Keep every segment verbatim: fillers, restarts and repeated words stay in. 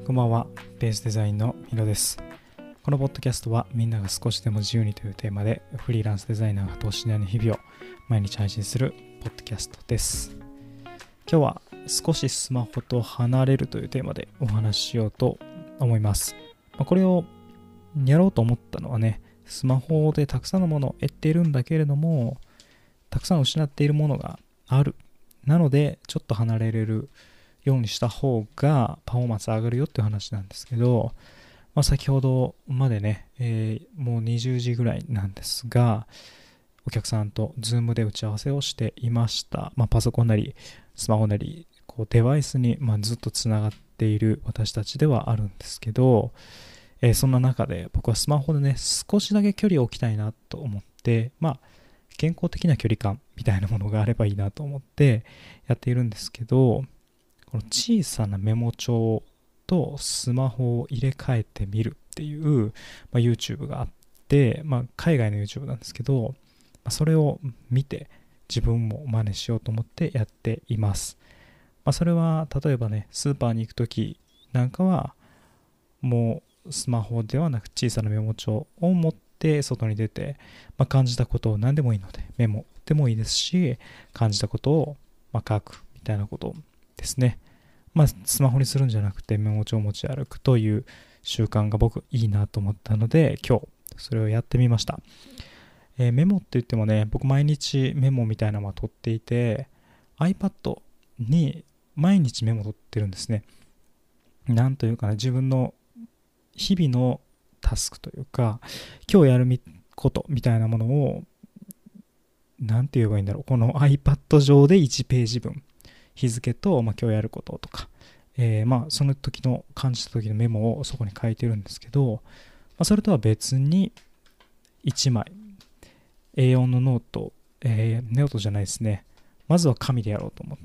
こんばんは、ベースデザインのヒロです。このポッドキャストはみんなが少しでも自由にというテーマでフリーランスデザイナーが等身大の日々を毎日配信するポッドキャストです。今日は少しスマホと離れるというテーマでお話ししようと思います。これをやろうと思ったのはね、スマホでたくさんのものを得ているんだけれども、たくさん失っているものがある。なのでちょっと離れれるようにした方がパフォーマンス上がるよっていう話なんですけど、まあ、先ほどまでね、えー、もうにじゅうじぐらいなんですが、お客さんと Zoom で打ち合わせをしていました。まあ、パソコンなりスマホなりこうデバイスに、まあ、ずっとつながっている私たちではあるんですけど、えー、そんな中で僕はスマホでね少しだけ距離を置きたいなと思って、まあ健康的な距離感みたいなものがあればいいなと思ってやっているんですけど、この小さなメモ帳とスマホを入れ替えてみるっていう、まあ、YouTube があって、まあ、海外の YouTube なんですけど、まあ、それを見て自分も真似しようと思ってやっています。まあ、それは例えばね、スーパーに行くときなんかはもうスマホではなく小さなメモ帳を持って外に出て、まあ、感じたことを何でもいいのでメモでもいいですし、感じたことをまあ書くみたいなことですね。まあ、スマホにするんじゃなくてメモ帳を持ち歩くという習慣が僕いいなと思ったので、今日それをやってみました。えー、メモって言ってもね、僕毎日メモみたいなのは取っていて、 iPad に毎日メモ取ってるんですね。なんというかね、自分の日々のタスクというか、今日やることみたいなものをなんて言えばいいんだろう、この iPad 上でいちページ分、日付と、まあ、今日やることとか、えー、まあその時の感じた時のメモをそこに書いてるんですけど、まあ、それとは別にいちまい エーよん のノート、えー、ノートじゃないですね、まずは紙でやろうと思って、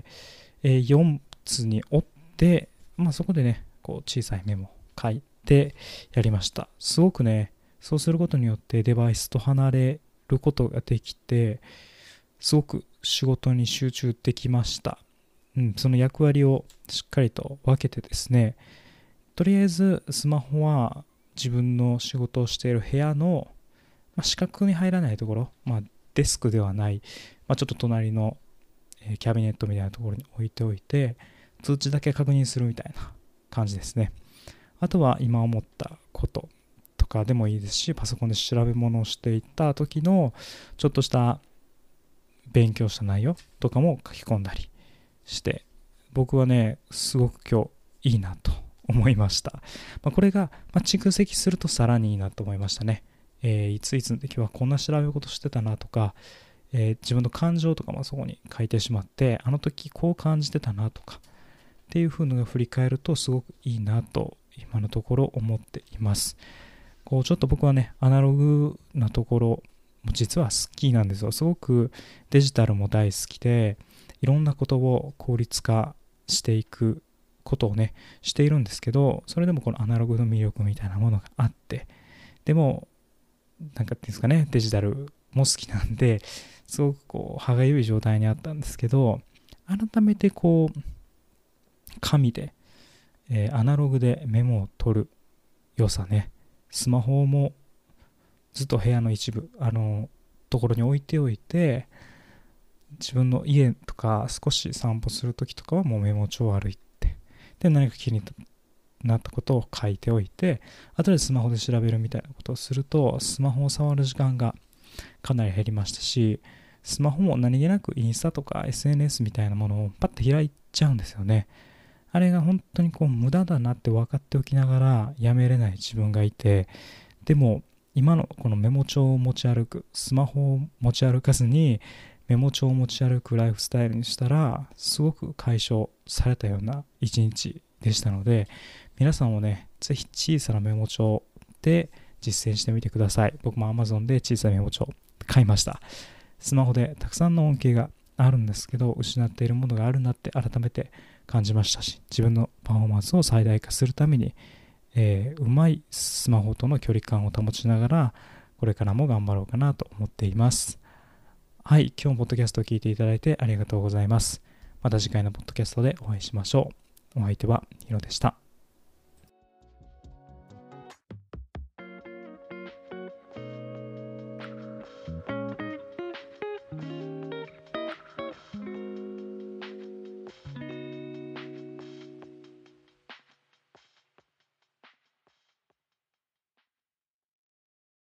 えー、よんつに折って、まあ、そこでねこう小さいメモを書いてやりました。すごくね、そうすることによってデバイスと離れることができて、すごく仕事に集中できました。うん、その役割をしっかりと分けてですね、とりあえずスマホは自分の仕事をしている部屋の、まあ、視覚に入らないところ、まあ、デスクではない、まあ、ちょっと隣の、えー、キャビネットみたいなところに置いておいて、通知だけ確認するみたいな感じですね。あとは今思ったこととかでもいいですし、パソコンで調べ物をしていた時のちょっとした勉強した内容とかも書き込んだりして、僕はねすごく今日いいなと思いました。まあ、これが、まあ、蓄積するとさらにいいなと思いましたね。えー、いついつの時はこんな調べ事してたなとか、えー、自分の感情とかもそこに書いてしまって、あの時こう感じてたなとかっていう風のが振り返るとすごくいいなと今のところ思っています。こうちょっと僕はねアナログなところも実は好きなんですよ。すごくデジタルも大好きで、いろんなことを効率化していくことをねしているんですけど、それでもこのアナログの魅力みたいなものがあって、でもなんかっていうんですかね、デジタルも好きなんで、すごくこう歯がゆい状態にあったんですけど、改めてこう紙で、えー、アナログでメモを取る良さね、スマホもずっと部屋の一部あのところに置いておいて、自分の家とか少し散歩するときとかはもうメモ帳を歩いて、で何か気になったことを書いておいて、後でスマホで調べるみたいなことをすると、スマホを触る時間がかなり減りましたし、スマホも何気なくインスタとか エスエヌエス みたいなものをパッて開いちゃうんですよね。あれが本当にこう無駄だなって分かっておきながらやめれない自分がいて、でも今のこのメモ帳を持ち歩く、スマホを持ち歩かずにメモ帳を持ち歩くライフスタイルにしたら、すごく解消されたような一日でしたので、皆さんもねぜひ小さなメモ帳で実践してみてください。僕も Amazon で小さなメモ帳買いました。スマホでたくさんの恩恵があるんですけど、失っているものがあるなって改めて感じましたし、自分のパフォーマンスを最大化するために、えー、うまいスマホとの距離感を保ちながらこれからも頑張ろうかなと思っています。はい、今日もポッドキャストを聞いていただいてありがとうございます。また次回のポッドキャストでお会いしましょう。お相手はヒロでした。